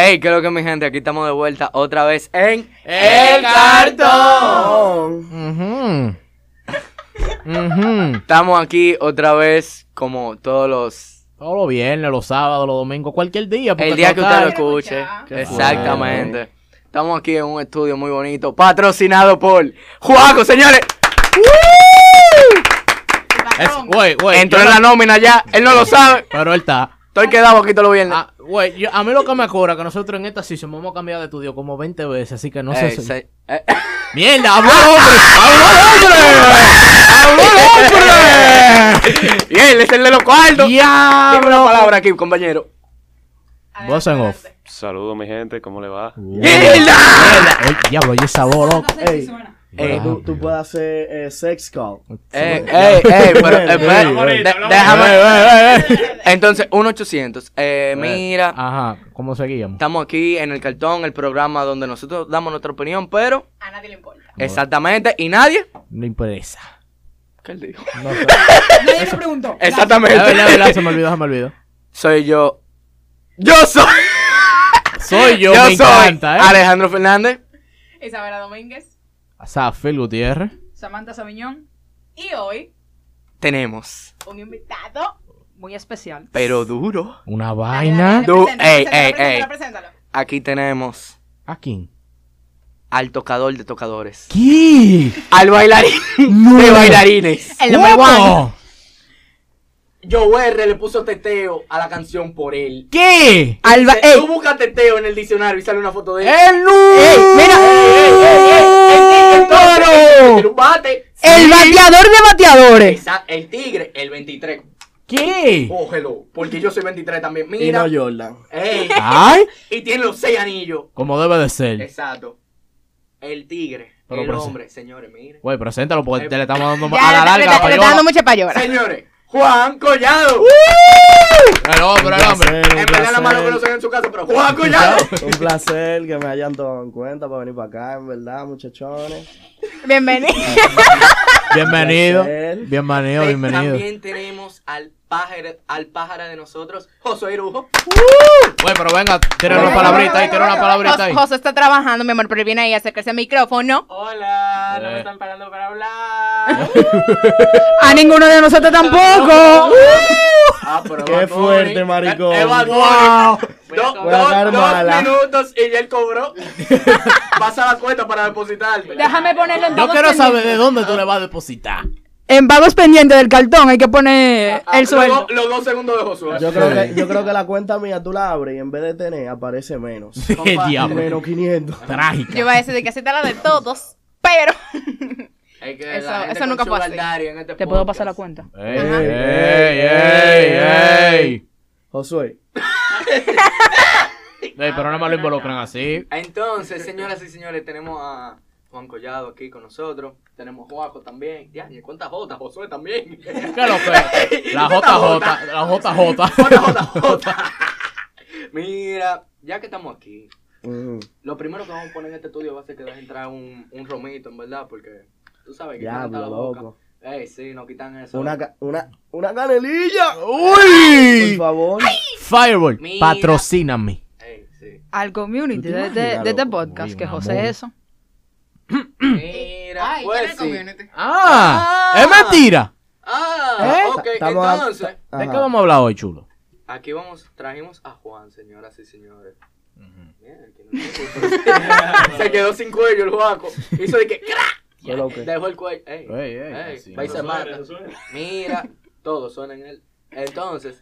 Hey, ¿qué es lo que mi gente? Aquí estamos de vuelta otra vez en El Cartón. Estamos aquí otra vez como todos los... Todos los viernes, los sábados, los domingos, cualquier día. El día que usted lo total, escuche. Qué Exactamente. Estamos aquí en un estudio muy bonito, patrocinado por Juaco, señores. Güey, Entró en la nómina ya, él no lo sabe. Pero él está. Estoy quedado aquí todos los viernes. Güey, a mí lo que me acuerda que nosotros en esta season vamos a cambiar de estudio como 20 veces, así que no sé. ¡Mierda! ¡Habló el hombre! ¡Habló el hombre! Y él es el de los cuartos. Dime una palabra aquí, compañero. Voz en off. Saludos, mi gente, ¿cómo le va? ¡Mierda! Oye, diablo, oye esa voz, loco. Ey, Tú puedes hacer sex call. Pero déjame. Entonces, 1-800. Mira, Ajá, ¿cómo seguíamos? estamos aquí en el Cartón, el programa donde nosotros damos nuestra opinión, pero a nadie le importa. exactamente, y nadie. No interesa. ¿Qué él dijo? No sé. Nadie me preguntó. Exactamente. Verdad, se me olvidó. Soy yo. Yo soy. Soy yo, Yo me soy encanta, Alejandro Fernández. Isabela Domínguez, Zafel Gutiérrez. Samantha Sabiñón. Y hoy, Tenemos, un invitado muy especial. pero duro. Una vaina. Preséntalo. Aquí tenemos ¿A quién? al tocador de tocadores. ¿Qué? Al bailarín de bailarines. El number one. Joe R le puso teteo a la canción por él. ¿Qué? Tú buscas teteo en el diccionario y sale una foto de él. ¡El El toro. El bate. El bateador de bateadores. El tigre, el 23. ¿Qué? Cógelo, porque yo soy 23 también. Y Mira. no Jordan. Ey. ¡Ay! Y tiene los 6 anillos. Como debe de ser. Exacto. El tigre. Pero el por hombre, señores, miren. Güey, preséntalo porque te le estamos dando a Ya, la larga la le está dando payola. mucha payola. Señores, Juan Collado. El hombre. En verdad la mano que no se ve en su casa, pero Juan Collado. Un placer que me hayan tomado en cuenta para venir para acá, en verdad, muchachones. Bienvenido. Bienvenido. Placer. Bienvenido. También tenemos al pájaro de nosotros, Josué Irujo. Güey, pero venga, tira una palabrita ahí. José está trabajando, mi amor, pero viene ahí a acercarse al micrófono. Hola, no me están parando para hablar. A ninguno de nosotros tampoco. Pero Qué Bad Bunny. fuerte, maricón. Bad Bunny. Voy a caer mala. 2 minutos y ya él cobró. Pasa la cuenta para depositar. Déjame ponerlo en Yo pagos quiero saber pendientes. de dónde tú le vas a depositar. En pagos pendientes del cartón hay que poner el sueldo. Los 2 segundos de Josué. Yo creo que la cuenta mía tú la abres y en vez de tener aparece menos. ¡Qué diablo! Menos 500. Trágica. Yo iba a decir de que así está la de todos, pero Es que Eso- la gente eso con nunca fue Sugar así. Daddy en este te puedo podcast. pasar la cuenta. ¡Ey! Josué. Pero no me lo involucren así. Entonces, señoras y señores, tenemos a Juan Collado aquí con nosotros. Tenemos Juaco también. Ya, ni cuántas J, Josué también. ¿Qué es lo que? La JJ. JJ. Mira, ya que estamos aquí, lo primero que vamos a poner en este estudio va a ser que deje entrar un romito, en verdad, porque tú sabes que Diablo, canta la boca. loco. Sí, nos quitan eso. Una canelilla. ¡Uy! Por favor. Fireball, Mira. patrocíname. Sí. Al community ¿Tú te de imaginas, este loco? podcast, Uy, que mamón. José eso. Mira, pues sí. ¡Es mentira! Ok, Estamos entonces, ¿De qué vamos a hablar hoy, chulo? aquí trajimos a Juan, señoras y señores. Mira, que no se quedó sin cuello el Juaco. Hizo de que Fue lo que- dejó el cuello. Ey, así va y no se suena, mata. Mira, todo suena en él. Entonces.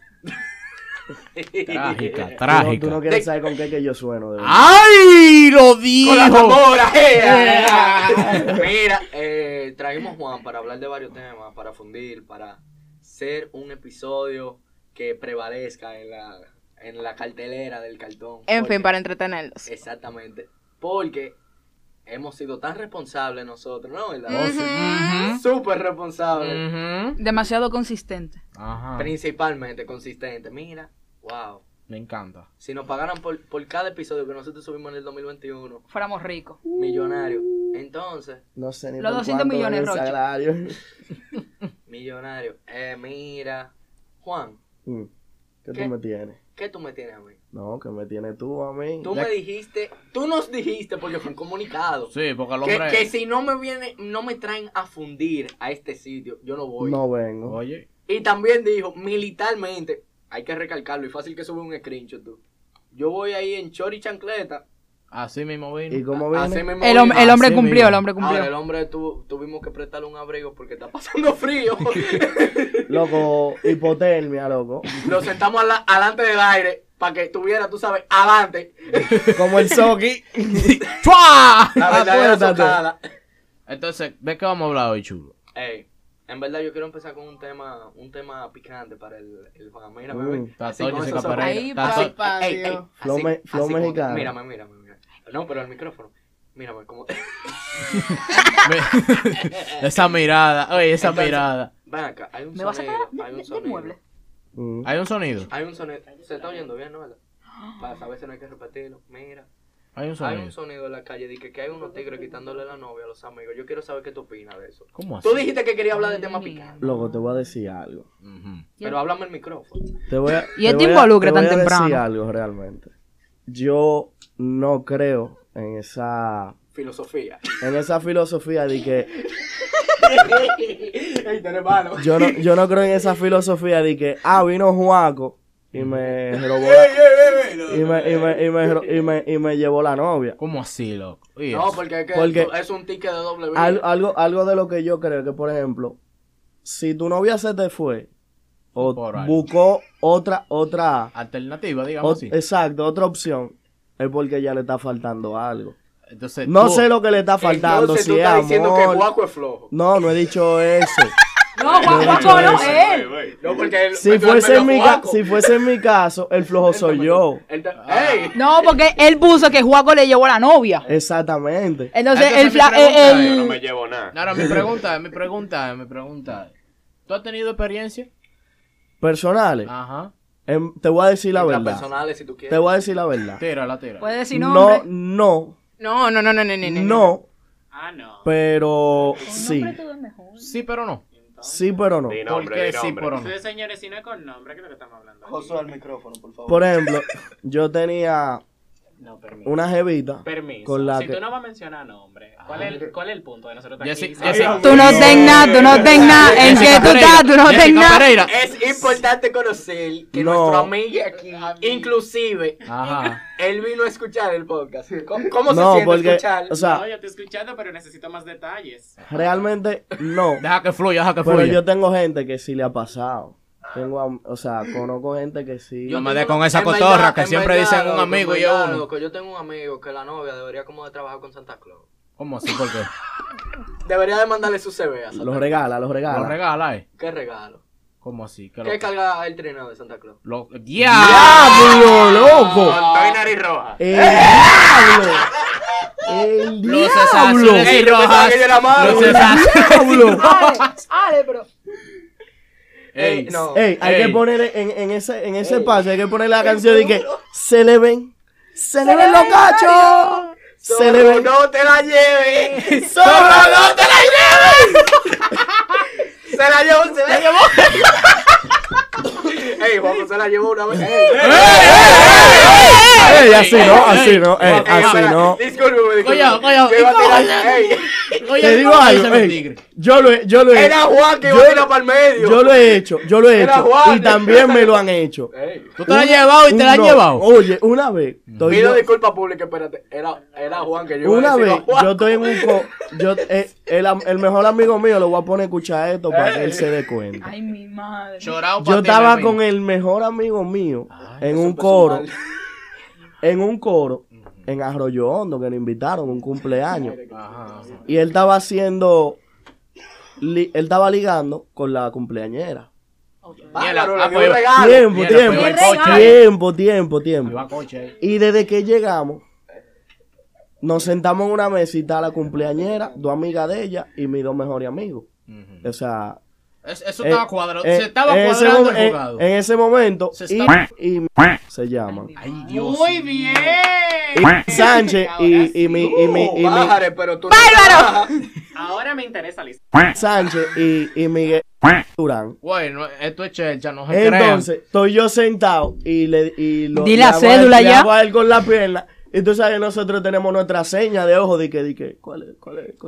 Trágica. Tú no quieres saber con qué que yo sueno. De verdad. ¡Ay! ¡Lo Con la dijo! tambora. Mira, trajimos Juan para hablar de varios temas, para fundir, para ser un episodio que prevalezca en la cartelera del cartón. En Porque- fin, para entretenerlos. Exactamente. Porque hemos sido tan responsables nosotros, ¿no? ¿Verdad? Ujú. Súper responsables. Demasiado consistente. Ajá. Principalmente consistentes. Mira, wow. Me encanta. Si nos pagaran por cada episodio que nosotros subimos en el 2021, Fuéramos ricos. millonario. Entonces, No sé ni Los por 200 cuánto millones, es el Rocha. salario. millonario. Mira, Juan, ¿Qué ¿Qué? tú me tienes? ¿Qué tú me tienes a mí? No, que me tienes tú a mí. Tú nos dijiste porque fue un comunicado. Sí, porque el hombre... Que si no me traen a fundir a este sitio, yo no voy. No vengo. Oye. Y también dijo, militarmente, hay que recalcarlo, y fácil que sube un screenshot tú. Yo voy ahí en short y chancleta. Así mismo vino. ¿Y cómo viene? Así mismo El vino. hombre Así cumplió, mismo. el hombre cumplió. Ahora, el hombre tuvimos que prestarle un abrigo porque está pasando frío. Loco, hipotermia, loco. Lo sentamos alante del aire para que estuviera, tú sabes, adelante. Como el Soki. ¡Chua! La verdadera Acuérdate. socada. Entonces, ¿de qué vamos a hablar hoy, chulo? Ey, en verdad yo quiero empezar con un tema picante para el Juan. Mírame, Mm. mira. Está Así Toño con Seca esos Pereira. Ahí, Está pa' to- espacio. Flow así, me- flow así como- mexicano. Mírame. No, pero el micrófono. Mírame, como... Esa mirada, oye, esa Entonces, mirada. Ven acá, hay un ¿Me vas a sonido. sacar Hay un del sonido. mueble? Hay un sonido. Hay un sonido. Se está oyendo bien, ¿no? ¿Verdad? Para saber si no hay que repetirlo. Mira. Hay un Hay sonido. un sonido en la calle de que hay unos tigres quitándole la novia a los amigos. Yo quiero saber qué tú opinas de eso. ¿Cómo así? Tú dijiste que querías hablar de tema picante. Loco, te voy a decir algo. Ujú. Pero háblame el micrófono. Te voy a, Y él te te voy a- involucra tan te voy a decir temprano. algo realmente. Yo no creo en esa filosofía de que Ey, tú eres malo. yo no creo en esa filosofía de que vino Juaco y me robó y me llevó la novia. ¿Cómo así, loco? Oye, No, porque es que Porque- es un ticket de doble vía. Algo de lo que yo creo que, por ejemplo, si tu novia se te fue o Por algo. buscó otra alternativa, digamos así. exacto, otra opción, es porque ya le está faltando algo. Entonces, No tú- sé lo que le está faltando, Entonces si tú es estás diciendo que amor. Juaco es flojo. No he dicho eso. No, Juaco no, él. No, porque él... Si fuese en mi caso, el flojo soy yo. ¡Ey! No, porque él puso que Juaco le llevó la novia. Exactamente. Entonces, Entonces, el fla- mi pregunta es- Yo no me llevo nada. Ahora, mi pregunta es, ¿tú has tenido experiencia? Personales, Ajá. te voy a decir la verdad. Personales, si tú quieres. Te voy a decir la verdad. Tírala. Puede decir No, nombre. no, No. Ah, no. pero sí. Sí, pero no. Sí, pero no. Di ¿Por nombre, qué di sí, nombre. pero no? Entonces, señores, si no es con nombre, ¿qué es lo que estamos hablando? Josué, al micrófono, por favor. Por ejemplo, yo tenía No, permiso. una jevita Permiso. con la Si que... tú no vas a mencionar nombre, ¿cuál es el punto de nosotros Jessy- aquí? Jessy- Tú no ten nada, tú no ten nada. En que tú estás, tú no ten Jessica nada. Pereira. Es importante conocer que No. nuestro amigo aquí, inclusive, Ajá. él vino a escuchar el podcast. ¿Cómo se No, siente porque, escuchar? o sea, No, yo estoy escuchando, pero necesito más detalles. realmente no. Deja que fluya. Pero yo tengo gente que sí le ha pasado. Conozco gente que sí. No me dé con esa cotorra que siempre dicen un amigo y es uno. Loco, yo tengo un amigo que la novia debería como de trabajar con Santa Claus. ¿Cómo así? ¿Por qué? Debería de mandarle su CV a Santa Los Claus. regala. Lo regala, ¿Qué regalo? ¿Cómo así? ¿Qué carga el trineo de Santa Claus? ¡Diablo, loco! Con nariz roja. ¡El diablo! ¡El Luces diablo! azules y Ey, yo pensaba rojas. que yo era malo. Luces azules. ¡Diablo! Ale, pero. Ey, no. Ey, hay que poner en ese espacio, hay que poner la canción de que se le ven los cachos. Se le ven. No te la lleves. ¡Solo no te la Se la llevó. Ey, Juanjo se la llevó una vez. ¡Ey, así no! ¡Ey, así no! Discúlpeme. Coño. Yo iba a tirar. Ey, Te digo algo, ey, yo lo he era Juan que iba a tirar para el medio. Yo lo he hecho Era Juan. y también me lo han hecho. Ey, ¿Tú te la has llevado y te la has No, llevado? Oye, una vez, estoy pido yo- disculpas públicas, espérate. Era Juan que yo iba a una decir, vez, no, Juan. yo estoy en un el mejor amigo mío lo voy a poner a escuchar esto para que él se dé cuenta. Ay, mi madre. Chorao Yo pa' ti, estaba bebé. con el mejor amigo mío en eso un empezó coro, mal. en Arroyo Hondo, que le invitaron un cumpleaños. Ajá. Y él estaba ligando con la cumpleañera. Bárbaro, le dio pues, un regalo. Tiempo, mira, tiempo, pues, tiempo. Iba coche ahí. Y desde que llegamos, nos sentamos en una mesita a la cumpleañera, dos amigas de ella y mis dos mejores amigos. O sea, Eso estaba cuadrado. eh, Se estaba en ese cuadrando momen- el jugado. en ese momento, Se está- y se llaman. Ay, Dios. Muy bien. Y Sánchez y Bájare, pero tú ¡Bárbaro! no te bajas. Ahora me interesa la Sánchez y Miguel Durán. Bueno, esto es chelcha, no se crean. Entonces, estoy yo sentado y Di la cédula le ya. hago a él con la pierna. Y tú sabes que nosotros tenemos nuestra seña de ojo de que, ¿cuál es,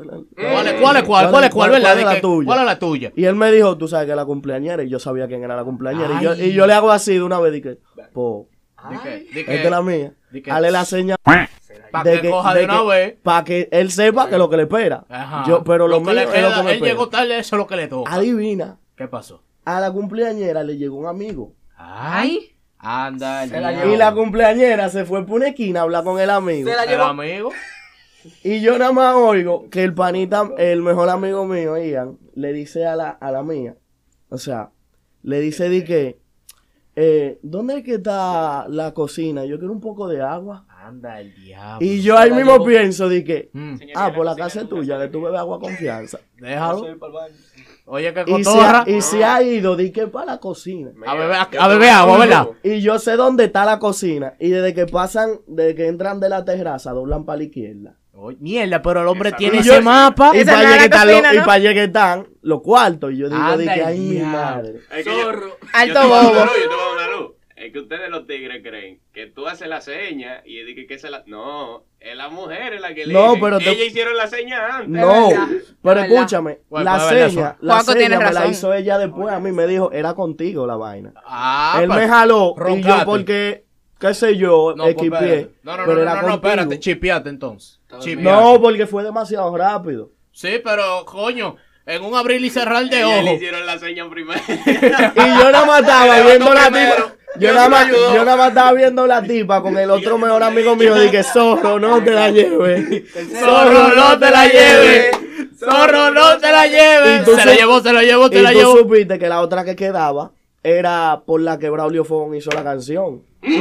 ¿verdad? es la tuya? ¿Cuál es la tuya? Y él me dijo, tú sabes que es la cumpleañera, y yo sabía quién era la cumpleañera. Ay. Y yo le hago así de una vez, dije, po, Di esta es la mía. que- Dale la seña Para que coja de una vez. para que él sepa que es lo que le espera. Ajá. Pero lo que mío le es lo queda, que me él espera. llegó tarde, eso es lo que le toca. Adivina, ¿Qué pasó? a la cumpleañera le llegó un amigo. Ay. Anda, el Y la cumpleañera se fue por una esquina a hablar con el amigo. Se la el llevó. amigo. Y yo nada más oigo que el panita, el mejor amigo mío, Ian, le dice a la mía, o sea, le dice de que, ¿dónde es que está la cocina? Yo quiero un poco de agua. Anda, el diablo. Y yo ahí mismo pienso de que, Señorita, por la cocina casa es nunca tuya, se que tú bebes agua a confianza. Déjalo. Oye, que Y cotorra. se ha ido de que para la cocina. A beber agua, ¿verdad? Y yo sé dónde está la cocina. Y desde que entran de la terraza, doblan para la izquierda. Oye, mierda, pero el hombre tiene Y ese yo- mapa. Y Esa para no allá es la cocina, ¿no? que están los cuartos. Y yo digo, Anda de que el ay, mi diablo. madre. Es que yo Alto te voy a dar bobo. una luz, yo te voy a dar una luz. Es que ustedes los tigres creen que tú haces la seña y es de que se la... No, es la mujer es la que No, elige. pero te- Ellas hicieron la seña antes. No, verdad, pero es escúchame, Bueno, la pues, verdad, seña Juaco tiene me la razón. hizo ella después. A mí me dijo, era contigo la vaina. Ah, Él pues, me jaló y yo roncate. porque, qué sé yo, No, pues, equipié. espérate. No, pero era no, contigo. espérate, chipiate entonces. Chipiate. No, porque fue demasiado rápido. Sí, pero, coño, en un abrir y cerrar de Ellas le ojo. hicieron la seña primero. Y yo nada más estaba Él viendo la primero. tipa. Yo Dios nada me más ayudó. yo nada más estaba viendo la tipa con el otro mejor amigo mío. Dije, zorro, no te la lleves. Zorro, no te la lleves. Zorro, no te la lleves. Y tú Se la sup- llevó, se la llevó, se Y la tú llevó. supiste que la otra que quedaba era por la que Braulio Fogón hizo la canción.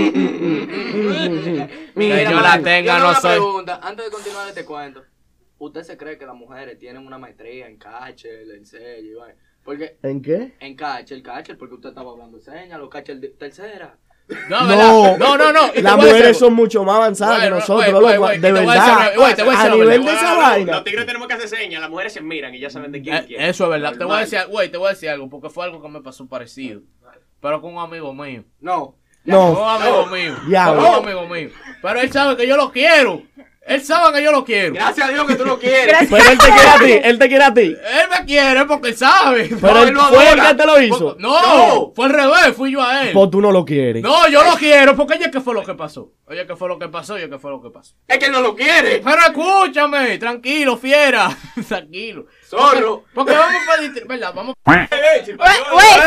Que yo la tenga, no soy. Pregunta, antes de continuar este cuento, ¿usted se cree que las mujeres tienen una maestría en catcher, en sello y vaina? Porque ¿En qué? en catcher, porque usted estaba hablando de señas, los catcher de tercera. No, No. ¿verdad? No. Y te Las voy a decir mujeres algo. son mucho más avanzadas que Bueno, nosotros, güey, loco, güey, de te voy a verdad. decir, güey, te voy a decir A la nivel verdad. de esa vaina. Los tigres tenemos que hacer señas, las mujeres se miran y ya saben de quién quién. Eso es verdad. Te voy a decir, güey, te voy a decir algo, porque fue algo que me pasó parecido. Pero con un amigo mío. No. Con No, un amigo mío. Diablo. Con un amigo mío. Pero él sabe que yo lo quiero. Él sabe que yo lo quiero. Gracias a Dios que tú lo quieres. pero él te quiere a ti, él te quiere a ti. Él me quiere porque él sabe. Pero él él lo fue el adora. que te lo hizo. No, fue al revés, fui yo a él. Pues tú no lo quieres. No, yo lo quiero porque oye, ¿qué fue lo que pasó? Oye, ¿qué fue lo que pasó? Es que él no lo quiere. Pero escúchame, tranquilo, fiera. Tranquilo. Zorro. Porque vamos para ¿verdad? Vamos. Güey, se va a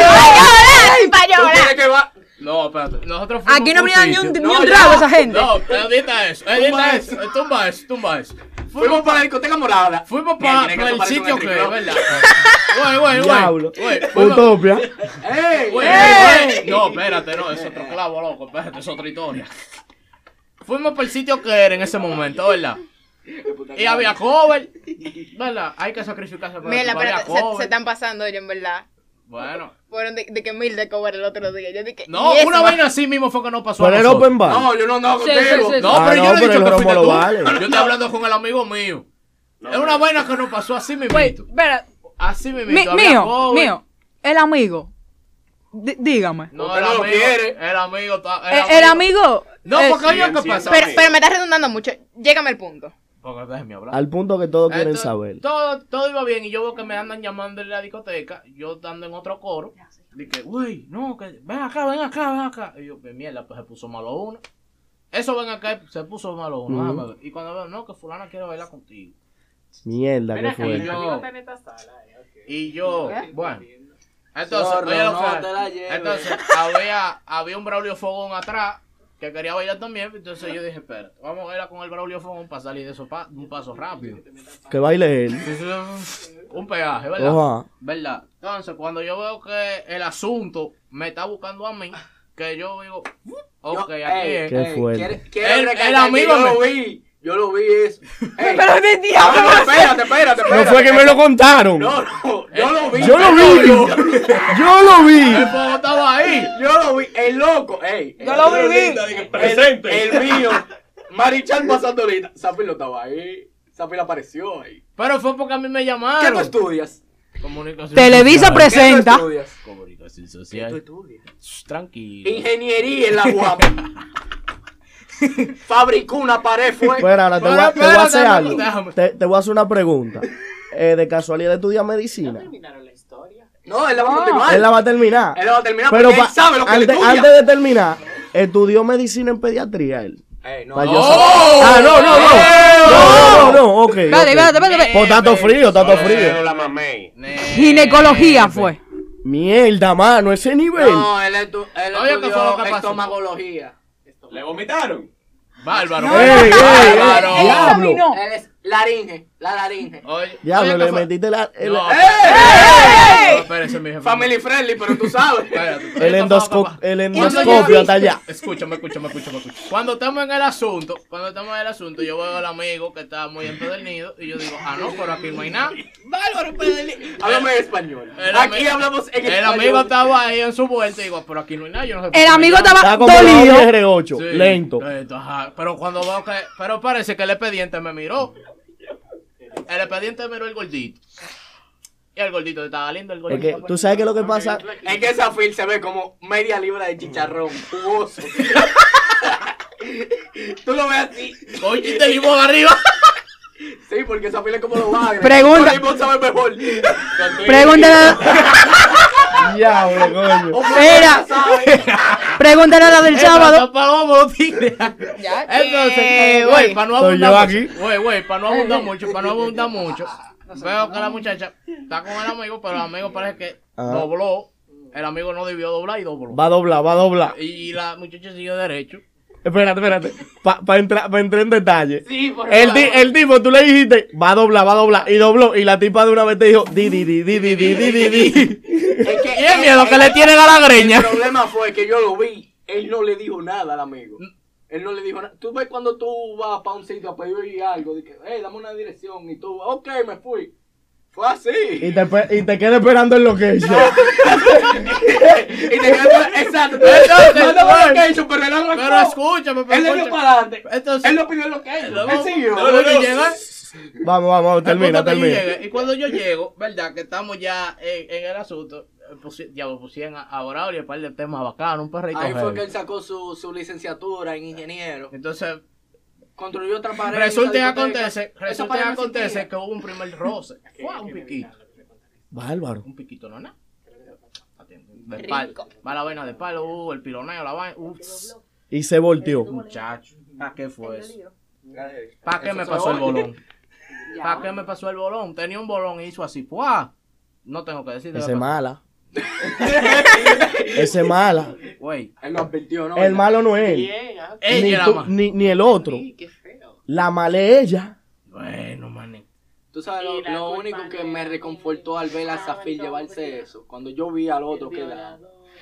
llorar, para ¿Tú llorar. quieres que va? No, espérate. Nosotros fuimos Aquí no a un brindan ni un sitio. ni un trago esa gente. No, edita eso. Tumba eso. Fuimos para la discoteca morada. Fuimos Mira, para que esto el parece sitio un que, tricló. ¿verdad? Diablo. Fuimos- Utopia. ¡Ey! Güey, ¡Ey! no, espérate, no, es otro clavo, loco, espérate, es otra historia. Fuimos para el sitio que era en ese momento, ¿verdad? Y había cover, ¿verdad? Hay que sacrificarse para Mira, había pero se cover. están pasando ellos, en verdad. Bueno. Fueron de que 1000 de cover el otro día. Yo dije, No, y eso una va- vaina así mismo fue que no pasó Pero a el nosotros. open bar. No, yo no andaba Sí, contigo. sí, sí. No, Ah, pero no, yo no he pero dicho el que romo fuiste lo tú. vale. Yo estoy hablando con el amigo mío. Es una vaina que nos pasó así mismo. Wait, espera. Así mismo. Mío. El amigo. Dígame. No, Usted el no lo amigo. quiere. El amigo está. El amigo. No, porque oye, ¿qué pasa? Pero me estás redundando mucho. Llégame al punto. Porque déjeme hablar. Al punto que todos quieren Entonces, saber. Todo iba bien y yo veo que me andan llamando en la discoteca, yo estando en otro coro, dije, güey, no, que ven acá. Y yo, que mierda, pues se puso malo uno. Eso ven acá, se puso malo uno, déjame ver. Y cuando veo, no, que fulana quiere bailar contigo. Mierda, ¿qué Y fue? yo, y yo, bueno. Entonces, Zorro, oye, lo no que- te la lleves. entonces había un Braulio Fogón atrás que quería bailar también, entonces yo dije, espérate, vamos a bailar con el Braulio Fogón para salir de eso un paso rápido. Que baile él. Un peaje, ¿verdad? Oja. ¿Verdad? Entonces, cuando yo veo que el asunto me está buscando a mí, que yo digo, ok, aquí es. Qué fuerte. El amigo Yo lo vi eso. Ey, Pero de no, diablo. no, espérate. No fue que me lo contaron. No, yo lo vi. Yo lo vi. Yo lo vi. El fuego estaba ahí. Yo lo vi. El loco. Ey. Yo lo viví. El mío. Marichal pasando ahorita. Sapi lo estaba ahí. Sapi le apareció ahí. Pero fue porque a mí me ¿Qué tú llamaron. estudias? Comunicación Televisa social. presenta. ¿Qué tú estudias? Comunicación ¿Qué tú social. estudias? Tranquilo. Ingeniería en la UAP. Fabricó una pared, fue. Pero ahora te voy a Pero, hacer algo. déjame. Te voy a hacer una pregunta. De casualidad estudia medicina. Terminaron la historia. No, él la va a continuar. Él la va a terminar. Él la va a terminar Pero porque él sabe lo que él estudia. antes de terminar, estudió medicina en pediatría él. No, Pa' no. yo saber. No, ok. Espérate. Pues tato frío. Pero la mamé. Ginecología fue. Mierda, mano, ese nivel. No, él Oye, ¿qué fue lo estudió que pasó? estomagología. ¿Le vomitaron? Bárbaro. Ey, Bárbaro. diablo. Él es laringe, la laringe. Oye, Diablo, oye, le ¿qué fue? metiste No, ¡Ey! espérese, mi jefe. Family friendly, pero tú sabes. Espérate. El Papá. endoscopio hasta allá. Escúchame. Cuando estamos en el asunto, yo veo al amigo que está muy empedernido y yo digo, no, pero aquí no hay nada. Bárbaro, háblame en español. El Aquí ami- hablamos en español. El amigo estaba ahí en su vuelta y digo, pero aquí no hay nada, yo no sé por El qué me amigo llaman. estaba Está como dolido. la R8, Sí, lento. Ajá. Pero cuando veo que. Pero parece que el expediente me miró. El expediente miró el gordito. Y el gordito estaba lindo, el Es gordito. que, ¿tú sabes qué es lo que pasa? Es que esa fil se ve como media libra de chicharrón jugoso. Tú lo ves así. Oye, te limón arriba. Sí, porque esa fil es como los bagres. Pregunta. Los limón sabe mejor. Pregúntale, Diablo, coño. Mira. Pregúntale a la del sábado. Vamos, tigre. Ya, Entonces, güey, para no Estoy yo abundar aquí. mucho. Güey, para no abundar mucho. Veo que la muchacha está con el amigo, pero el amigo parece que Ajá. dobló. El amigo no debió doblar y dobló. Va a doblar. Y la muchacha siguió derecho. Espérate. Para entrar en detalle. Sí, por El tipo, tú le dijiste, va a doblar. Y dobló. Y la tipa de una vez te dijo, di. Es que Y el miedo que le tienen a la greña. El problema fue que yo lo vi. Él no le dijo nada al amigo. Él no le dijo nada. Tú ves cuando tú vas para un sitio a pedir algo, de que, dame una dirección. Y tú, ok, me fui. Fue así. Y te queda esperando en location. Y te quedas, exacto. Entonces, Mándame güey. location, pero él arrancó. Pero escúchame, Él le dio para adelante. Entonces, Él no pidió location. no, Él siguió. Vamos, termina. Y cuando yo llego, ¿verdad? Que estamos ya en el asunto, ya me pusieron a orar y un par de temas bacanos, un perrito. Ahí fue heavy. que él sacó su licenciatura en ingeniero. Entonces, Construyó otra pared. resulta y esa discoteca. acontece Esa pared no existía. que hubo un primer roce. Fue un piquito. Bárbaro. Un piquito, no es nada. De palo. Va la vaina de palo, el piloneo, la vaina. Y se volteó. Muchacho, ¿para qué fue eso? ¿Para qué me pasó el bolón? ¿Para qué me pasó el bolón? Tenía un bolón y hizo así, ¡puah! No tengo que decir. Ese mala. Ese mala. Güey, Él lo advirtió, ¿no? El malo no es él. Bien, ella Ni, era tú- más. ni el otro. sí, qué feo. La mala es ella. Bueno, maní. Tú sabes, Y la lo culpa único que no me es reconfortó al ver a Zafir llevarse eso, cuando yo vi al otro que da.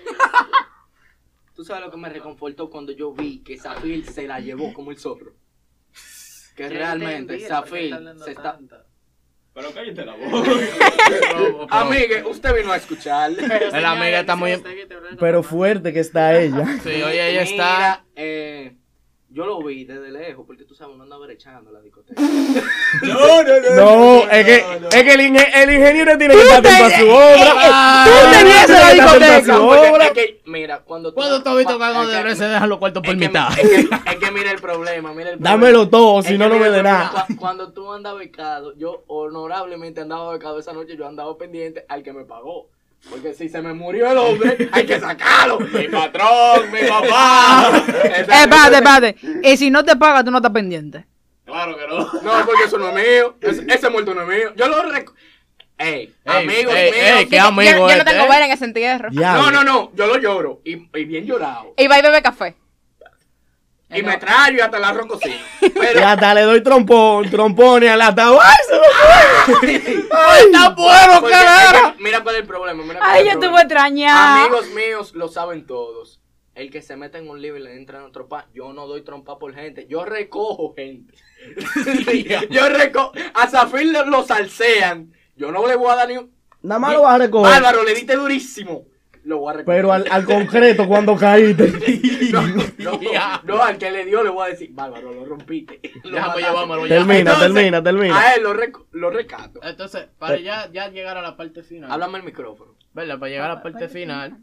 Tú sabes lo que me reconfortó cuando yo vi que Zafir se la llevó como el zorro. Que realmente Zafir se está... Pero cállate la boca. Amigue, usted vino a escuchar. El amiga está muy... Pero fuerte que está ella. Sí, oye, ella está... Mira, yo lo vi desde lejos, porque tú sabes, uno andaba brechando la discoteca. No, es que el ingeniero tiene que estar atento a su obra. Tú tenías la discoteca. Porque es que, mira, cuando ¿Cuándo tú has visto que es algo de que- bre se dejan los cuartos por es que- mitad? Es que mira el problema, Dámelo todo, si Es no, que no me mira de el problema, nada. Cuando tú andas becado, yo honorablemente andaba becado esa noche, yo andaba pendiente al que me pagó. Porque si se me murió el hombre, hay que sacarlo. Mi patrón, mi papá. Espérate. Y si no te paga, tú no estás pendiente. Claro que no. No, porque eso no es mío. Ese muerto no es mío. Yo lo amigos míos. qué amigo Yo no este, tengo ¿eh? ver en ese entierro. Diablo. No, yo lo lloro. Y bien llorado. Y va y bebe café. Y me traigo y hasta la rococina. Y Pero hasta le doy trompones al ataúd. ¡Ay, se me fue! ¡Está bueno, porque cara! es que, mira cuál es el problema. Mira cuál Ay, es yo el estuve problema. extrañada. Amigos míos lo saben todos. El que se mete en un libro y le entra en otro trompa, yo no doy trompa por gente, yo recojo gente. Yo recojo. A Zafir lo salsean. Yo no le voy a dar ni un. Nada más lo vas a recoger. Bárbaro, le diste durísimo. Lo voy a recoger. Pero al concreto cuando caíste. No, al que le dio le voy a decir, bárbaro, lo rompiste. Déjame llevármelo ya. Termina, Entonces, termina. A él lo recato. Entonces, para ya llegar a la parte final. Háblame el micrófono. ¿Verdad? Para llegar a la parte final.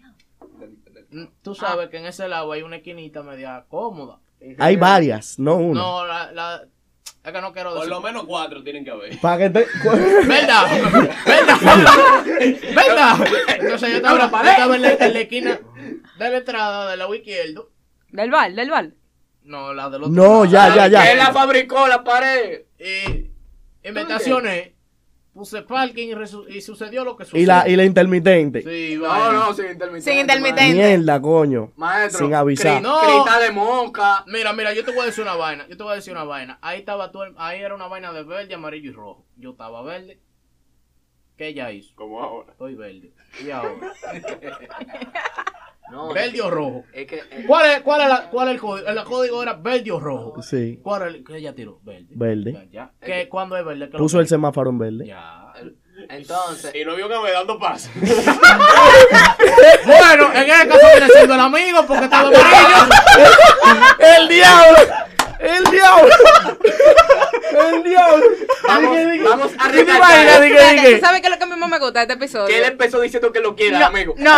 Tú sabes que en ese lado hay una esquinita media cómoda. Hay varias, no una. No, es que no quiero Por decir. lo menos 4 tienen que haber. Para que te... ¿Verdad? ¿Verdad? Entonces yo estaba en la esquina de la entrada del lado izquierdo. Del bar. No, la del otro No, lado. ya. Él la fabricó, la pared. Y me estacioné, puse parking y sucedió lo que Y sucedió. la intermitente. Sí, No, vaina. no, sin intermitente. Sin intermitente. Mierda, coño. Maestro. Sin avisar. No. Crita de mosca. Mira, yo te voy a decir una vaina. Ahí estaba ahí era una vaina de verde, amarillo y rojo. Yo estaba verde. ¿Qué ella hizo? Como ahora. Estoy verde. ¿Y ahora? No, ¿Verde o rojo? es que... ¿Cuál es el código? El código era verde o rojo. Sí, ¿Cuál es el que ella tiró? Verde. verde. Ya. ¿Qué, ¿Cuándo es verde? ¿Qué Puso lo el semáforo en verde. Ya. Entonces... Y no vio que me dando paso. Bueno, en este caso viene siendo el amigo porque estaba amarillo. ¡El diablo! ¡El diablo! ¡El diablo! Vamos a ¿Qué te recalcar imaginas? Espérate, ¿tú sabes qué es lo que a mí más me gusta de este episodio? que él empezó diciendo que lo quiere, No, amigo. no.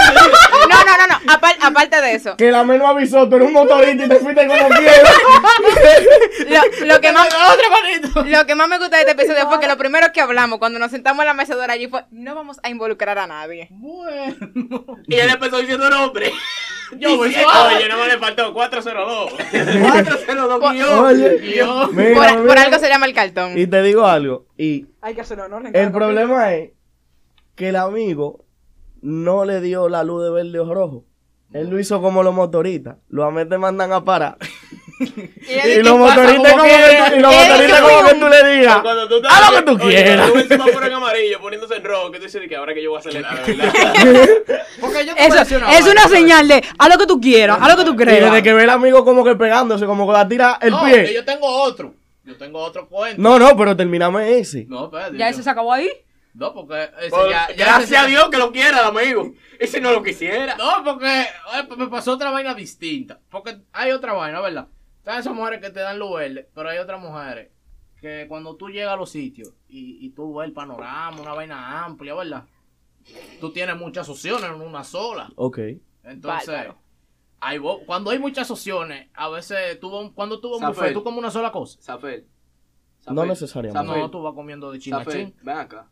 Aparte de eso. Que la menos avisó, tú eres un motorista y te fuiste como quieras. Lo que más Otra manito. Lo que más me gusta de este episodio fue que lo primero que hablamos cuando nos sentamos en la mecedora allí fue: no vamos a involucrar a nadie. Bueno. Y él empezó diciendo nombre. Yo voy Oye, no me le faltó 402. 402 guión. Oye, Yo. mira, Por mira. algo se llama el cartón. Y te digo algo. Y Hay que hacerlo, ¿no? el problema es que el amigo no le dio la luz de verde o rojo. Él lo hizo como los motoristas. Los ames te mandan a parar. Y los motoristas como que tú le digas. Cuando tú Haz lo que tú quieras. Cuando tú ves el semáforo en amarillo poniéndose en rojo, que tú dices que ahora que yo voy a acelerar, ¿verdad? Porque yo te voy a Eso decir es una vaina. señal de haz lo que tú quieras, haz lo que tú Y desde creas. que ve el amigo como que pegándose, como que la tira el No, pie. que yo tengo otro. Yo tengo otro cuento. No, pero terminame ese. No, espérate. Ya eso se acabó ahí. No, porque ese Pues, ya gracias ese- a Dios que lo quiera, el amigo. Y si no lo quisiera. No, porque me pasó otra vaina distinta. Porque hay otra vaina, ¿verdad? Están esas mujeres que te dan luz verde, pero hay otras mujeres que cuando tú llegas a los sitios y tú ves el panorama, una vaina amplia, ¿verdad? Tú tienes muchas opciones en una sola. Ok. Entonces, Bárbaro. cuando hay muchas opciones, a veces cuando tú vas a un Zafel. buffet, tú comes una sola cosa. Zafel. No necesariamente. Zafel. No, tú vas comiendo de chin a Zafel, chin. ven acá.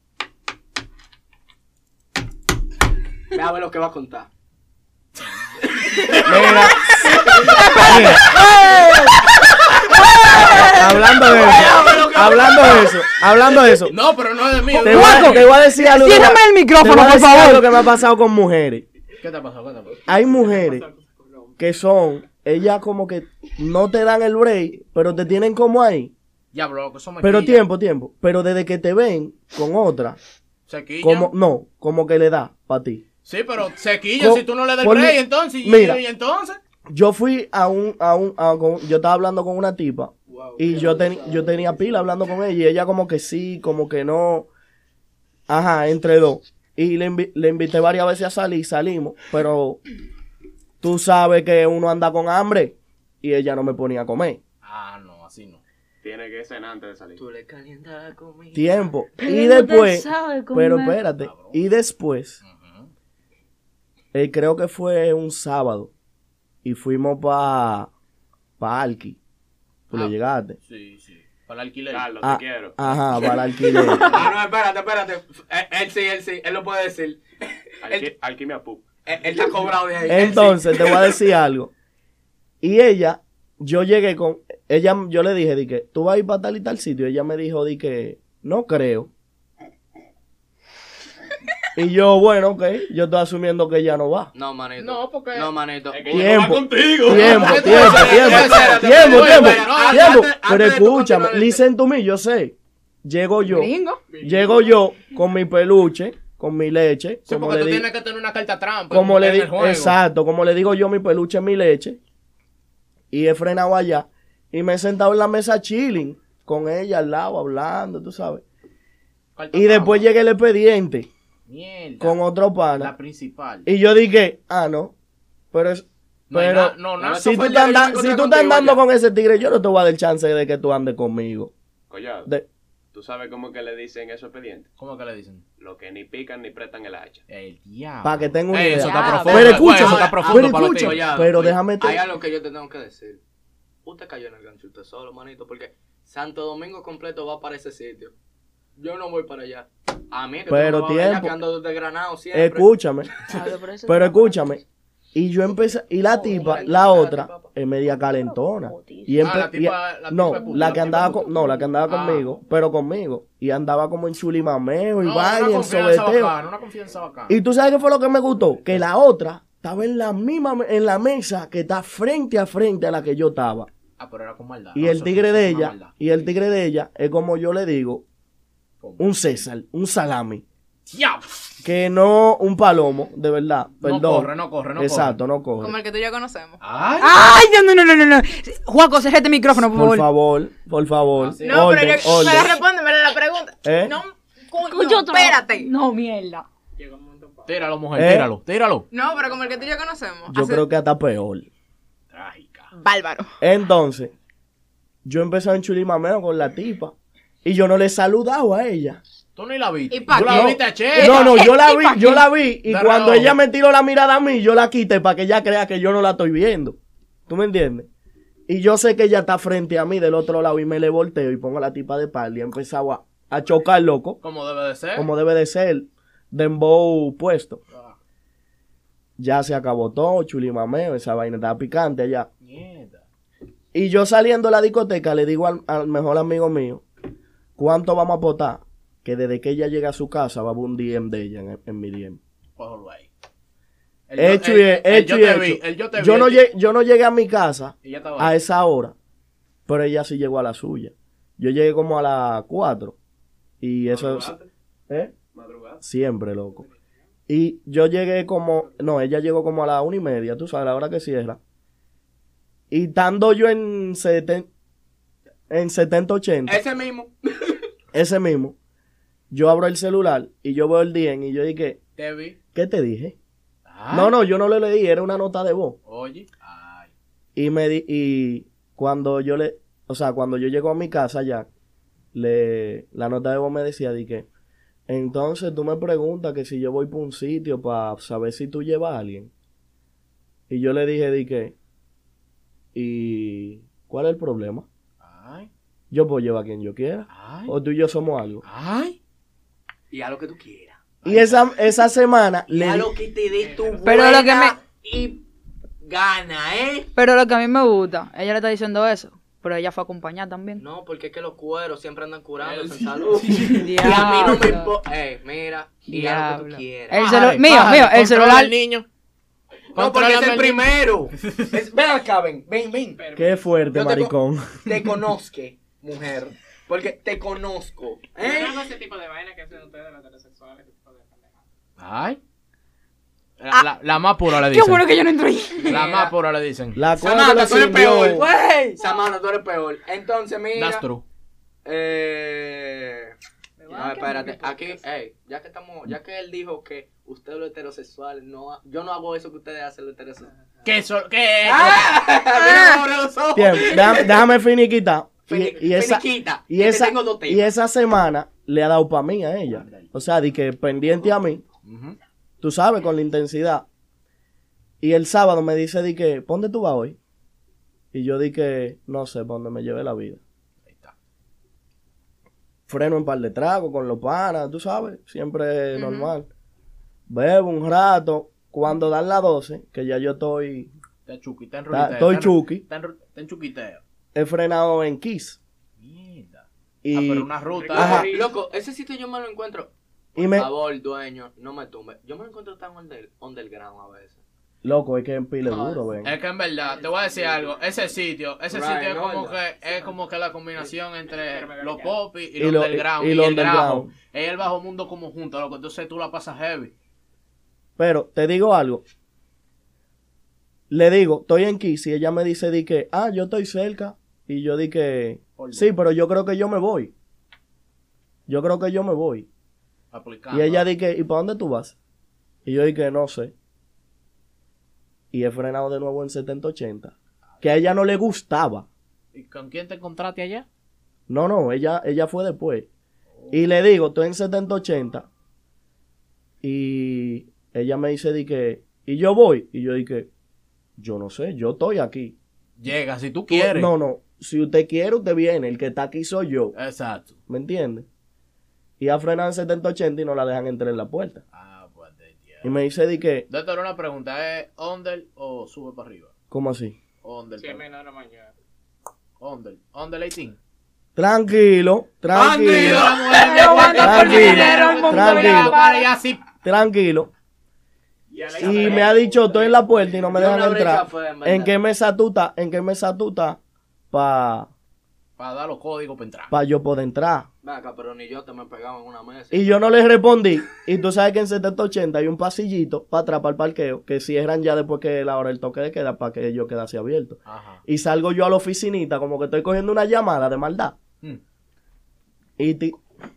Ve a ver lo que va a contar. Mira. Mira. Hablando de eso. No, pero no es de mí. Te voy a decir algo. Ciérrame el micrófono, te voy a por decir favor. algo que me ha pasado con mujeres. ¿Qué te ha pasado? ¿Qué te ha pasado? Hay mujeres que son, ellas como que no te dan el break, pero te tienen como ahí. Ya, bro, que eso me Pero quilla. tiempo. Pero desde que te ven con otra, Se quilla. como que le da para ti. Sí, pero se quilla Co- si tú no le das el por mi- break, entonces. Mira. ¿Y entonces? Yo fui yo estaba hablando con una tipa y yo tenía pila hablando con ella y ella como que sí, como que no. Ajá, entre dos. Y le invité varias veces a salir, salimos, pero tú sabes que uno anda con hambre y ella no me ponía a comer. Ah, no, así no. Tiene que cenar antes de salir. Tú le calientas la comida. Tiempo. Y después, pero espérate, y después, creo que fue un sábado y fuimos pa Alki. Tú le llegaste. Sí. Para el alquiler. Carlos, Ah, te quiero. Ajá, para el alquiler. Ah, no, espérate. Él sí, él lo puede decir. Alquimia Pup. Él está cobrado de ahí. Entonces, te voy a decir algo. Y ella, yo llegué con, yo le dije, di que, ¿tú vas a ir para tal y tal sitio? Ella me dijo, di que, no creo. Y yo, bueno, ok, yo estoy asumiendo que ella no va. No, manito. No, porque- No, manito. Es que ella no va contigo. Tiempo. Pero escúchame, listen to me, yo sé. Llego yo con mi peluche, con mi leche. Sí, como porque le tú digo- tienes que tener una carta trampa. como le en el digo, juego. exacto, como le digo yo, mi peluche es mi leche. Y he frenado allá. Y me he sentado en la mesa chilling con ella al lado, hablando, tú sabes. Carta Y después llega el expediente. Mierda. con otro pana. La principal. Y yo dije, no. Pero es. No hay Pero na- no, no, eso si fue tú el día estás que yo me encontré si tú estás contigo andando allá. con ese tigre, yo no te voy a dar el chance de que tú andes conmigo. Collado, De- ¿tú sabes cómo que le dicen esos expedientes? ¿Cómo que le dicen? Los que ni pican ni prestan el hacha. El diablo. Para que tenga una idea. Eso está Diablo. profundo. Pero escucha, eso está profundo pero para los escucha, tigres. pero Oye, déjame Hay algo que yo te tengo que decir. Usted cayó en el gancho usted solo, manito, porque Santo Domingo completo va para ese sitio. Yo no voy para allá. A mí que Pero tú no me vas allá, tiempo. que ando desde Granado siempre. Escúchame. Pero escúchame. Y yo empecé, y la tipa, la otra, es media calentona. Y la tipa no, es puta, la que la andaba tipa es con, no, la que andaba Ah. conmigo, pero conmigo. Y andaba como en chulimameo y No, vaina, una en confianza sobeteo. bacana, una confianza bacana. Y tú sabes qué fue lo que me gustó, que la otra estaba en la misma, en la mesa que está frente a la que yo estaba. Pero era con maldad. Y No, el eso tigre es de una ella, maldad. y el tigre de ella es como yo le digo, ¿Cómo? un César, un salami. Diablo. Que no un palomo, de verdad. Perdón. No corre. Exacto, no corre. Como el que tú y yo conocemos. Ay. ¡Ay, no! Juaco, cerrate este micrófono, por favor. Por favor. Ah, sí. No, Orden, pero yo, orden. me la responde, me la pregunta. ¿Eh? No, coño, Escucha otro. espérate. No, mierda. Llegó un momento para. Tíralo, mujer, tíralo. No, pero como el que tú y yo conocemos. Yo Hace- creo que hasta peor. Trágica. Bárbaro. Entonces, yo empecé a enchulimameo con la tipa. Y yo no le he saludado a ella. Tú ni la viste. ¿Y pa' Tú qué? la viste a Che. No, yo la vi. Y De cuando reojo. ella me tiró la mirada a mí, yo la quité para que ella crea que yo no la estoy viendo. ¿Tú me entiendes? Y yo sé que ella está frente a mí del otro lado y me le volteo y pongo a la tipa de espalda y he empezado a chocar, loco. Como debe de ser. Como debe de ser. Dembow puesto. Ah, Ya se acabó todo, chulimameo, esa vaina estaba picante allá. mierda. Y yo saliendo de la discoteca le digo al mejor amigo mío, ¿cuánto vamos a apostar? Que desde que ella llega a su casa va a haber un DM de ella en mi DM. Cógelo ahí. Hecho yo y te hecho. vi, yo te vi. Yo no llegué a mi casa Y ya estaba a ahí. esa hora, pero ella sí llegó a la suya. Yo llegué como a las 4 y eso ¿eh? Madrugada. Siempre, loco. Y yo llegué como, no, ella llegó como a las 1:30, tú sabes, la hora que cierra. Y estando yo en 70-80, ese mismo, yo abro el celular y yo veo el DM y yo dije, Te vi. ¿qué te dije? Ay. No, yo no lo leí, era una nota de voz. Oye. Ay. Y cuando cuando yo llego a mi casa ya, la nota de voz me decía, dije, entonces tú me preguntas que si yo voy por un sitio para saber si tú llevas a alguien. Y yo le dije, ¿y cuál es el problema? Ay. Yo puedo llevar a quien yo quiera. Ay. O tú y yo somos algo. Ay. Y a lo que tú quieras. Y esa semana Y a le lo que te dé tu Pero lo que buena y gana, ¿eh? Pero lo que a mí me gusta, ella le está diciendo eso, pero ella fue a acompañar también. No, porque es que los cueros siempre andan curándose en salud. Y a mí Diablo. no me importa. Mira, y a lo que tú Diablo. quieras. El Pájale, mío, pájale, el controla celular. al niño. No, porque es Contrólame el al primero. Ven acá, ven. Qué fuerte, Yo maricón. Te conozco, mujer. Porque te conozco. Yo ¿Eh? no hago ese tipo de vaina que hacen ustedes los heterosexuales. Ese tipo de pendejadas. Ay. La más pura le Qué dicen. bueno que yo no entro ahí. La más pura le dicen. La cosa Samantha, tú eres peor. Güey. Samantha, tú eres peor. Entonces, mira. That's true. No, espérate. Aquí, ya que él dijo que ustedes los heterosexuales, yo no hago eso que ustedes hacen los heterosexuales. ¿Qué ¿Qué? Mira, abre los ojos. Déjame finiquitar. Finiquita, Y que te esa, tengo dos temas. y esa semana le ha dado para mí a ella. O sea, de que pendiente a mí, Ujú. tú sabes, con la intensidad. Y el sábado me dice, di que, ¿pa' dónde tú vas hoy? Y yo di que, no sé, ¿pa' dónde me lleve la vida? Ahí está. Freno en par de tragos con los panas, tú sabes, siempre normal. Bebo un rato, cuando dan las 12, que ya yo estoy, Está chuki, está en estoy chuki, Está en chuquiteo. he frenado en Kiss. Mierda. Y, Pero una ruta. Ajá. Loco, ese sitio yo me lo encuentro. y Por me, favor, dueño, no me tumbe. Yo me lo encuentro tan underground a veces. loco, es que en pile duro, ven. Es que en verdad, te voy a decir algo, ese sitio Right, es no, como verdad. que es como que la combinación entre los popis y Y los lo- underground y y lo el grajo. underground. Es el bajo mundo como junto, loco, entonces tú la pasas heavy. Pero te digo algo. Le digo, estoy en Kiss y ella me dice, di que, yo estoy cerca. Y yo di que, sí, pero yo creo que yo me voy. Yo creo que yo me voy. Aplicando. Y ella dije, ¿y para dónde tú vas? Y yo dije, no sé. Y he frenado de nuevo en 70-80. Que a ella no le gustaba. ¿Y con quién te encontraste allá? No, ella fue después. Y le digo, estoy en 70-80. Y ella me dice, dije, ¿y yo voy? Y yo dije, yo no sé, yo estoy aquí. Llega, si tú quieres. No, si usted quiere, usted viene. El que está aquí soy yo. Exacto. ¿Me entiende? Y ha frenado en 70-80 y no la dejan entrar en la puerta. Ah, pues de diablo. Y me dice, dije, Doctor, una pregunta, ¿es under o sube para arriba? ¿cómo así? Under. Sí, es menos de la mañana. Under. Under 18. Tranquilo. Tranquilo. Tranquilo. Y a la Y me ha dicho, estoy en la puerta y no me Yo dejan una brecha entrar. fea, en verdad. ¿En qué mesa tú estás? ¿En qué mesa tú estás? Para dar los códigos para entrar. Pa yo poder entrar. Ven acá, pero ni yo te me pegaba en una mesa. Y yo no les respondí. Y tú sabes que en 70-80 hay un pasillito para atrás, para el parqueo, que cierran ya después que la hora del toque de queda, para que yo quedase abierto. Ajá. Y salgo yo a la oficinita, como que estoy cogiendo una llamada de maldad. Y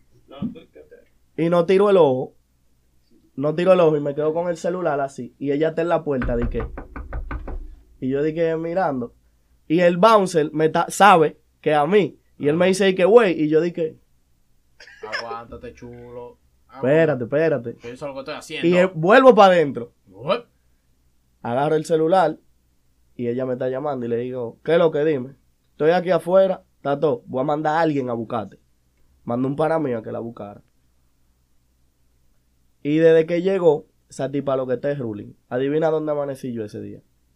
no tiro el ojo. No tiro el ojo y me quedo con el celular así. Y ella está en la puerta, dije. Y yo dije mirando. Y el bouncer sabe que a mí. Y él me dice que güey. Y yo dije, Aguántate, chulo. espérate. Eso es lo que estoy haciendo. Y vuelvo para adentro. Uep. Agarro el celular. Y ella me está llamando y le digo, ¿qué es lo que dime? Estoy aquí afuera, Tato, voy a mandar a alguien a buscarte. Mando un pana mío a que la buscara. Y desde que llegó, esa tipa lo que está es ruling. Adivina dónde amanecí yo ese día.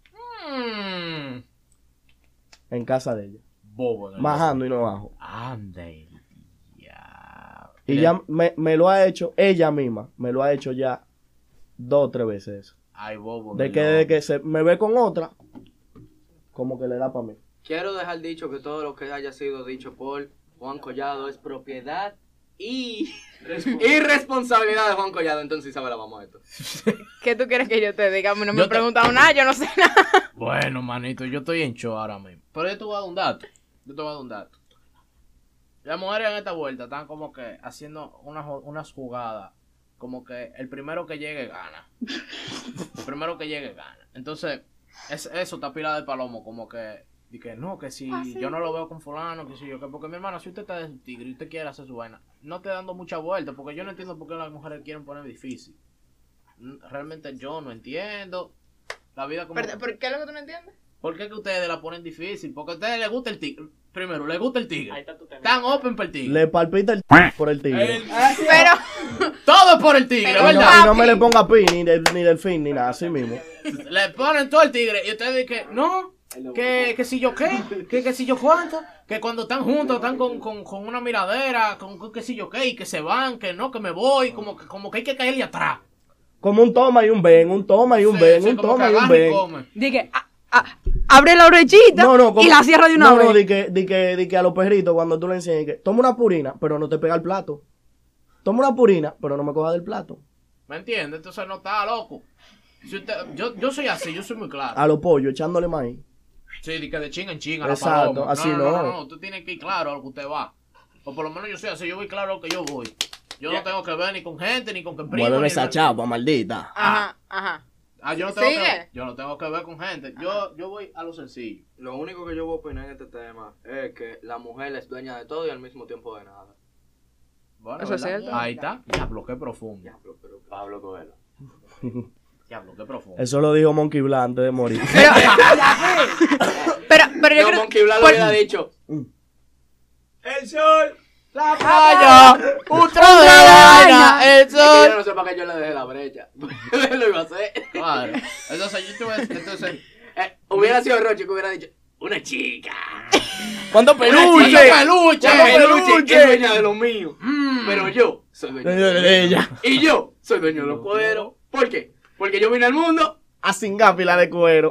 En casa de ella. Bobo. ¿no? Majando y no bajo. Ande. Ya. Y ya me lo ha hecho, ella misma, me lo ha hecho ya 2 o 3 veces eso. Ay, bobo. Desde que se me ve con otra, como que le da para mí. Quiero dejar dicho que todo lo que haya sido dicho por Juan Collado es propiedad y responsabilidad de Juan Collado. Entonces, Isabela, vamos a esto. ¿Qué tú quieres que yo te diga? No me Yo he preguntado nada, yo no sé nada. Bueno, manito, yo estoy en show ahora mismo. Pero yo te voy a dar un dato. Las mujeres en esta vuelta están como que haciendo unas jugadas. Como que el primero que llegue gana. Entonces, eso está pila de palomo. Como que, y que no, que si yo no lo veo con fulano, que si yo, que porque mi hermano, si usted está de tigre y usted quiere hacer su vaina, no te dando mucha vuelta. Porque yo no entiendo por qué las mujeres quieren poner difícil. Realmente yo no entiendo. La vida como... ¿Por qué es lo que tú no entiendes? ¿Por qué que ustedes la ponen difícil? Porque a ustedes les gusta el tigre. Primero, les gusta el Ahí tigre. está tu tema. Están open para el tigre. Le palpita el por el tigre. Pero, Todo es por el tigre, Pero Y no, ¿verdad? y no me le ponga pi, ni delfín, ni nada, así mismo. Le ponen todo el tigre. Y ustedes dicen que no. Que si yo qué. Que si yo cuánto. Que cuando están juntos están con una miradera. Con que si yo qué. Y que se van. Que no, que me voy. Como que hay que caerle atrás. Como un toma y un ven, un toma y un ven, Sí, un como que toma y un agarra y ven. come. Dije, abre la orejita y la cierra de una no, vez. di que a los perritos cuando tú le enseñas que toma una purina, pero no te pega el plato. Toma una purina, pero no me coja del plato. ¿Me entiendes? Entonces no está loco. Si usted, yo soy así, yo soy muy claro. A los pollos, echándole maíz. Sí, de que de chinga en chinga a la Exacto, paloma. así no. no. Usted tiene que ir claro a lo que usted va. O por lo menos yo soy así, yo voy claro a lo que yo voy. Yo no tengo que ver ni con gente, ni con que primo. Muéveme ni esa nada. chapa, maldita. ajá. Yo no tengo Sigue. yo no tengo que ver con gente. Yo voy a lo sencillo. Lo único que yo voy a opinar en este tema es que la mujer es dueña de todo y al mismo tiempo de nada. Bueno, Eso es ¿verdad? cierto. Ahí está. Diablo, qué profundo. Diablo, pero... Pablo Coelho. Diablo, qué profundo. Eso lo dijo Monkey Blanc antes de morir. Pero yo No, creo Monkey Blanc lo hubiera dicho. El sol. ¡La playa! ¡Un trozo de vaina! ¡El Es que yo sol! no sé para qué yo le dejé la brecha. Lo iba a hacer. Claro. Entonces, entonces... Hubiera sido Rochi que hubiera dicho, una chica. ¿Cuánto ¡Peluche! ¡Peluche! Peluche es dueña de lo mío. Pero yo soy dueño De ella. Y yo soy dueño de los poderos. ¿Por qué? Porque yo vine al mundo. A cingar pila de cuero.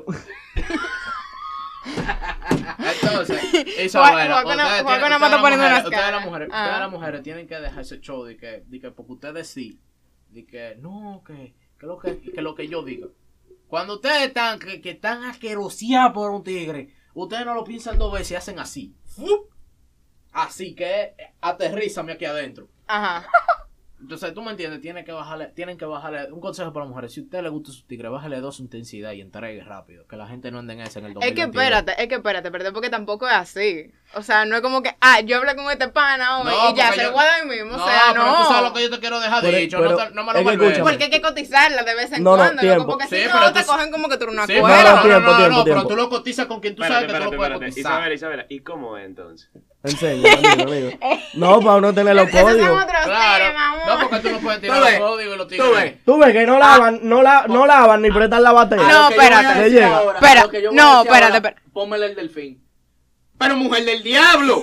Entonces, Isabela, Juaco nada más está poniendo unas ustedes caras. ustedes las mujeres tienen que dejar ese show de que porque ustedes sí, de que no, que lo que yo diga. Cuando ustedes están que están asqueroseados por un tigre, ustedes no lo piensan 2 veces y hacen así. ¡Fup! Así que aterrízame aquí adentro. Ajá. Entonces, tú me entiendes, tienen que bajarle, un consejo para las mujeres, si a usted le gusta su tigre, bájale 2 su intensidad y entregue rápido, que la gente no ande en ese en el 2022. Es que espérate, perdón, porque tampoco es así. O sea, no es como que, yo hablé con este pana hoy No, y ya, porque se lo voy a dar ahí mismo. O sea, pero tú sabes lo que yo te quiero dejar Pero- dicho, pero- no me lo es que malveres. escúchame. Porque hay que cotizarla de vez en No, no, cuando, tiempo. loco, porque Sí, si pero no, tú- te cogen como que tú eres una Sí, cuera. pero tiempo, pero tiempo. tú lo cotizas con quien tú sabes que tú lo puedes cotizar. Isabela, ¿y cómo es entonces? Enseña, amigo. No, para uno tener los Esos son códigos. otros Claro, temas, no amor. porque tú no puedes Tú tirar ves, los códigos y los Tú tigres. ves. Tú ves que no lavan, no lavan ni prestan la batería. No, A lo que yo voy a espérate. decir Le ahora, llega. a lo que yo voy No, a decir espérate, ahora, espérate. Pónmele el delfín. Pero mujer del diablo.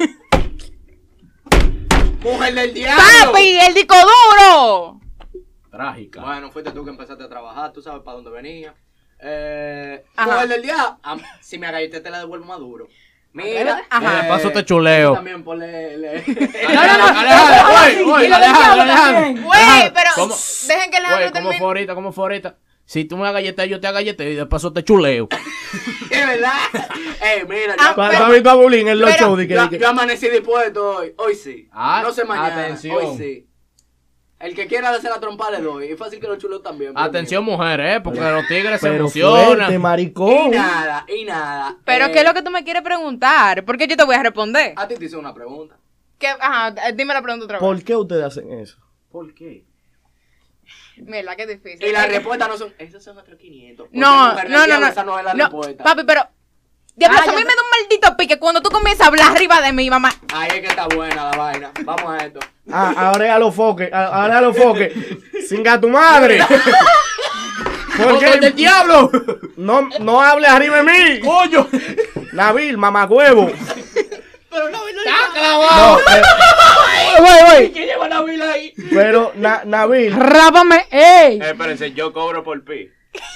Mujer del diablo. ¡Papi, el disco duro! Trágica. Bueno, fuiste tú que empezaste a trabajar, tú sabes para dónde venía. Ajá. Mujer del diablo. Si me agallete te la devuelvo maduro. Mira. Ajá. De paso te chuleo. También ponle... Alejandro. Güey, pero ¿Cómo? dejen que Alejandro Güey, ¿cómo termine. fue ahorita? Si tú me agalletas, yo te agallete y de paso te chuleo. Es verdad. Mira, Ah, Para pero- ver a Bulín en los pero- shows. yo amanecí dispuesto hoy. Hoy sí. Ah, No sé mañana. atención. Hoy sí. El que quiera darse la trompa le doy. Es fácil que lo chulo también. pero Atención, mujeres, porque los tigres se Pero fuerte, emocionan. Y maricón. nada. Pero, ¿qué es lo que tú me quieres preguntar? Porque yo te voy a responder. A ti te hice una pregunta. Ajá, dime la pregunta otra vez. ¿Por qué ustedes hacen eso? ¿Por qué? Mira, qué difícil. Y las respuestas no son. Esos son otros 500. Porque No, mujer del no, no, diablo, no. Esa no es la No, respuesta. papi, pero... Diablo, Ah, a mí ya me da un maldito pique cuando tú comienzas a hablar arriba de mí, mamá. Ahí es que está buena la vaina. Vamos a esto. Ahora a los foques. Ahora a los foques. Singa tu madre. ¿Por ¡Foques del qué? diablo! No hables arriba de mí. ¡Coño! Nabil, mamagüevo. ¡Está clavado! Voy. ¿Quién lleva la vila ahí? Pero, Nabil. Rápame. ¡Ey! Espérense, yo cobro por pi.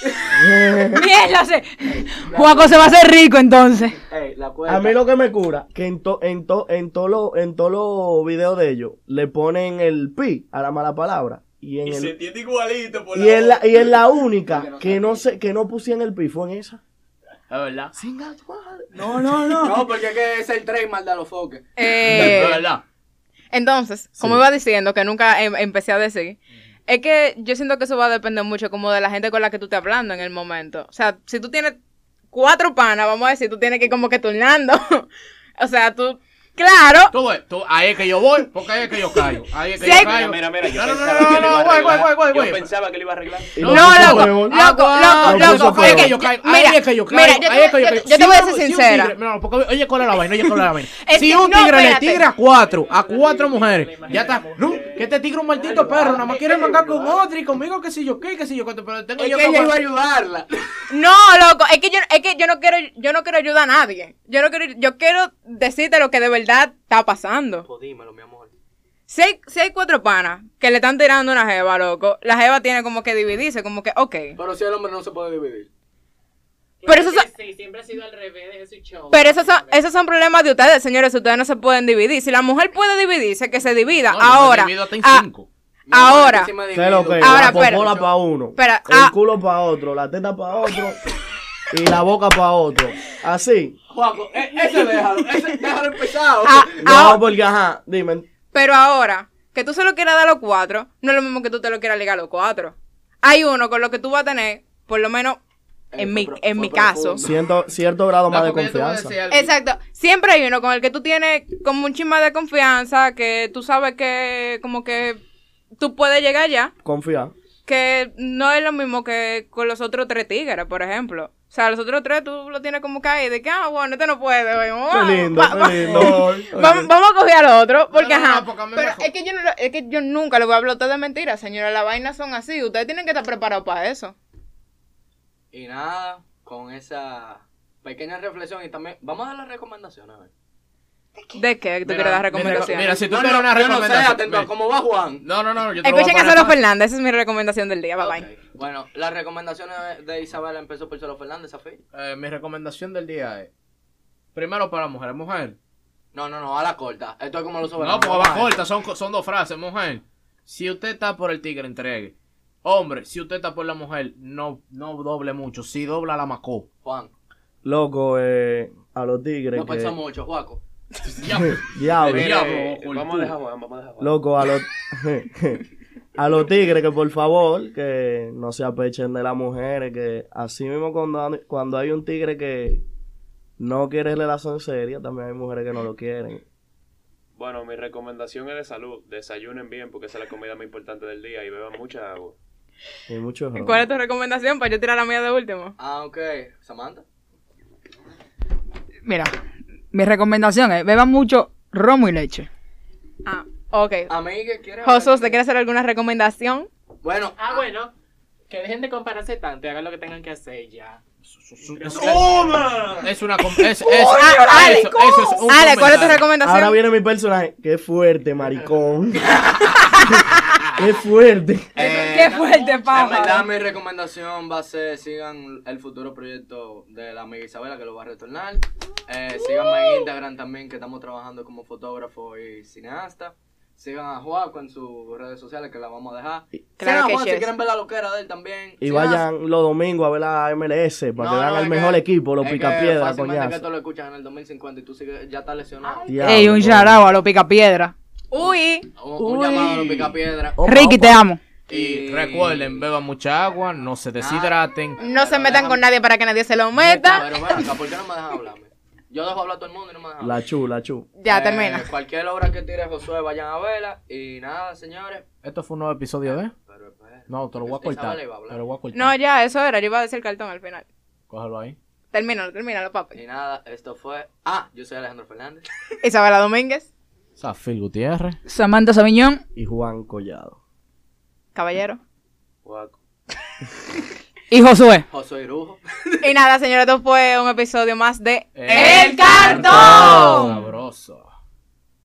Mierda, Juaco se va a hacer rico entonces. La cuenta. A mí lo que me cura, que en todos los videos de ellos le ponen el pi a la mala palabra. Y en entiende igualito por y en la única que no pusieron el pi fue en esa. Es verdad. Singa tu madre. No, porque es que es el trademark de los foques. Es verdad. Entonces, como iba diciendo, que nunca empecé a decir, es que yo siento que eso va a depender mucho como de la gente con la que tú estés hablando en el momento. O sea, si tú tienes 4 panas, vamos a decir, tú tienes que ir como que turnando. O sea, tú, claro. Tú ves, ahí es que yo voy, porque ahí es que yo caigo. Ahí es que Sí, yo hay- caigo. Mira, yo No, no, pensaba no, que lo iba a güey, arreglar. güey, Yo güey. pensaba que lo iba a arreglar. Y No, los puso loco, huevos. loco, loco, Ahí es que fuego. yo caigo, ahí Mira, es que yo caigo, mira, yo ahí es que yo caigo. te voy a ser Si un sincera. tigre- no, porque oye, ¿cuál es la vaina? Oye, ¿cuál es la vaina? Es Si que un no, tigre le espérate. tira a 4 mujeres, ya está. No, que este tigre es un maldito perro, nada más quiere mangar con otro y conmigo, qué sé yo qué, pero tengo Es yo que ella iba a que... ayudarla. No, loco, es que yo no quiero ayudar a nadie. Yo quiero decirte lo que de verdad está pasando. Pues dímelo, mi amor. Si hay 4 panas que le están tirando una jeva, loco, la jeva tiene como que dividirse, como que, ok. Pero si el hombre no se puede dividir. Pero eso Sí, siempre ha sido al revés de ese show. Pero esos son problemas de ustedes, señores. Ustedes no se pueden dividir. Si la mujer puede dividirse, que se divida. No, yo ahora. me divido hasta en Ah, 5. Mi amor, Ahora. que sí me ¿Qué es divido. lo que? Ahora, La espera. popola para uno. Espera, El culo para otro, la teta para otro y la boca para otro. Así. Juaco, ese déjalo empezado. No, porque ajá, dime. Pero ahora, que tú se lo quieras dar a los 4, no es lo mismo que tú te lo quieras ligar a los 4. Hay uno con lo que tú vas a tener, por lo menos en mi caso. Cierto grado más de confianza. Exacto. Siempre hay uno con el que tú tienes como un chisme de confianza, que tú sabes que como que tú puedes llegar ya. Confía. Que no es lo mismo que con los otros 3 tigres, por ejemplo. O sea, los otros 3 tú lo tienes como que ahí, de que, bueno, este no puede. Qué lindo, qué lindo. Vamos a coger al otro, porque No, no, ajá. no, porque a mí Pero mejor. es que yo nunca le voy a hablar a usted de mentiras, señora. Las vainas son así. Ustedes tienen que estar preparados para eso. Y nada, con esa pequeña reflexión y también, vamos a dar las recomendaciones, a ver. ¿De qué tú quieres dar recomendaciones? Mira, si tú No, quieres una yo no sé, recomendación. atento, ¿cómo va Juan? No, yo te lo voy Escuchen a a poner Solo fácil. Fernández, esa es mi recomendación del día. Bye bye. Ok. Bueno, las recomendaciones de Isabela empezó por Solo Fernández, Safi. Mi recomendación del día es: primero para mujeres, mujer. No, a la corta. Esto es como los No, soberanos. porque Vamos va a ver. corta, son 2 frases, mujer. Si usted está por el tigre, entregue. Hombre, si usted está por la mujer, no doble mucho. Si dobla, la macó. Juan, Loco, a los tigres no que... pensamos mucho, Juaco. Diablo. Diablo, Vamos a dejar Juan, Loco, a los... A los tigres que por favor, que no se apechen de las mujeres, que así mismo cuando hay un tigre que no quiere relación seria, también hay mujeres que no lo quieren. Bueno, mi recomendación es de salud. Desayunen bien porque esa es la comida más importante del día y beban mucha agua. Y mucho ron. ¿Cuál es tu recomendación para yo tirar la mía de último? Ah, ok. Samantha. Mira, mi recomendación es beban mucho romo y leche. Ah, ok. Amiga, ¿quieres Josué, hablar? ¿usted quiere hacer alguna recomendación? Bueno, Bueno, que dejen de compararse tanto y hagan lo que tengan que hacer ya. Es una... eso es un Ale, ¿cuál es tu comentario. recomendación? Ahora viene mi personaje. Qué fuerte, maricón. Qué fuerte. Qué fuerte, en verdad papá. mi recomendación va a ser sigan el futuro proyecto de la amiga Isabela que lo va a retornar. Síganme en Instagram también que estamos trabajando como fotógrafo y cineasta. Sigan a Juaco en sus redes sociales que la vamos a dejar. Claro Sigan a que Juan sí. si quieren ver la loquera de él también. Y Sigan- vayan los domingos a ver la MLS para que No, vean no, el es mejor que- equipo, los es que picapiedra, fácilmente que coñazo. esto lo escuchan en el 2050 y tú sigues, ya estás lesionado. Diablo, Ey, un coño. charao a los picapiedra. Uy, Un llamado a los picapiedra. Opa, Ricky, opa. te amo. Y recuerden, beban mucha agua, no se deshidraten. no se metan con nadie para que nadie se lo meta. Pero ven acá, ¿por qué no me dejan hablarme? Yo dejo hablar a todo el mundo y no me dejan hablar. La chu. Ya, termina. Cualquier obra que tire Josué, vayan a verla. Y nada, señores. Esto fue un nuevo episodio de... Pero espera. No, te lo voy a cortar. Isabela iba a hablar. Te lo voy a cortar. No, ya, eso era. Yo iba a decir cartón al final. Cógelo ahí. Termínalo, papi. Y nada, esto fue... Ah, yo soy Alejandro Fernández. Isabela Domínguez, Zafil Gutiérrez. Samantha Sabiñón. Y Juan Collado. caballero. Guaco. Y Josué. Josué Irujo. Y nada, señores, esto fue un episodio más de ¡El Cartón! Sabroso.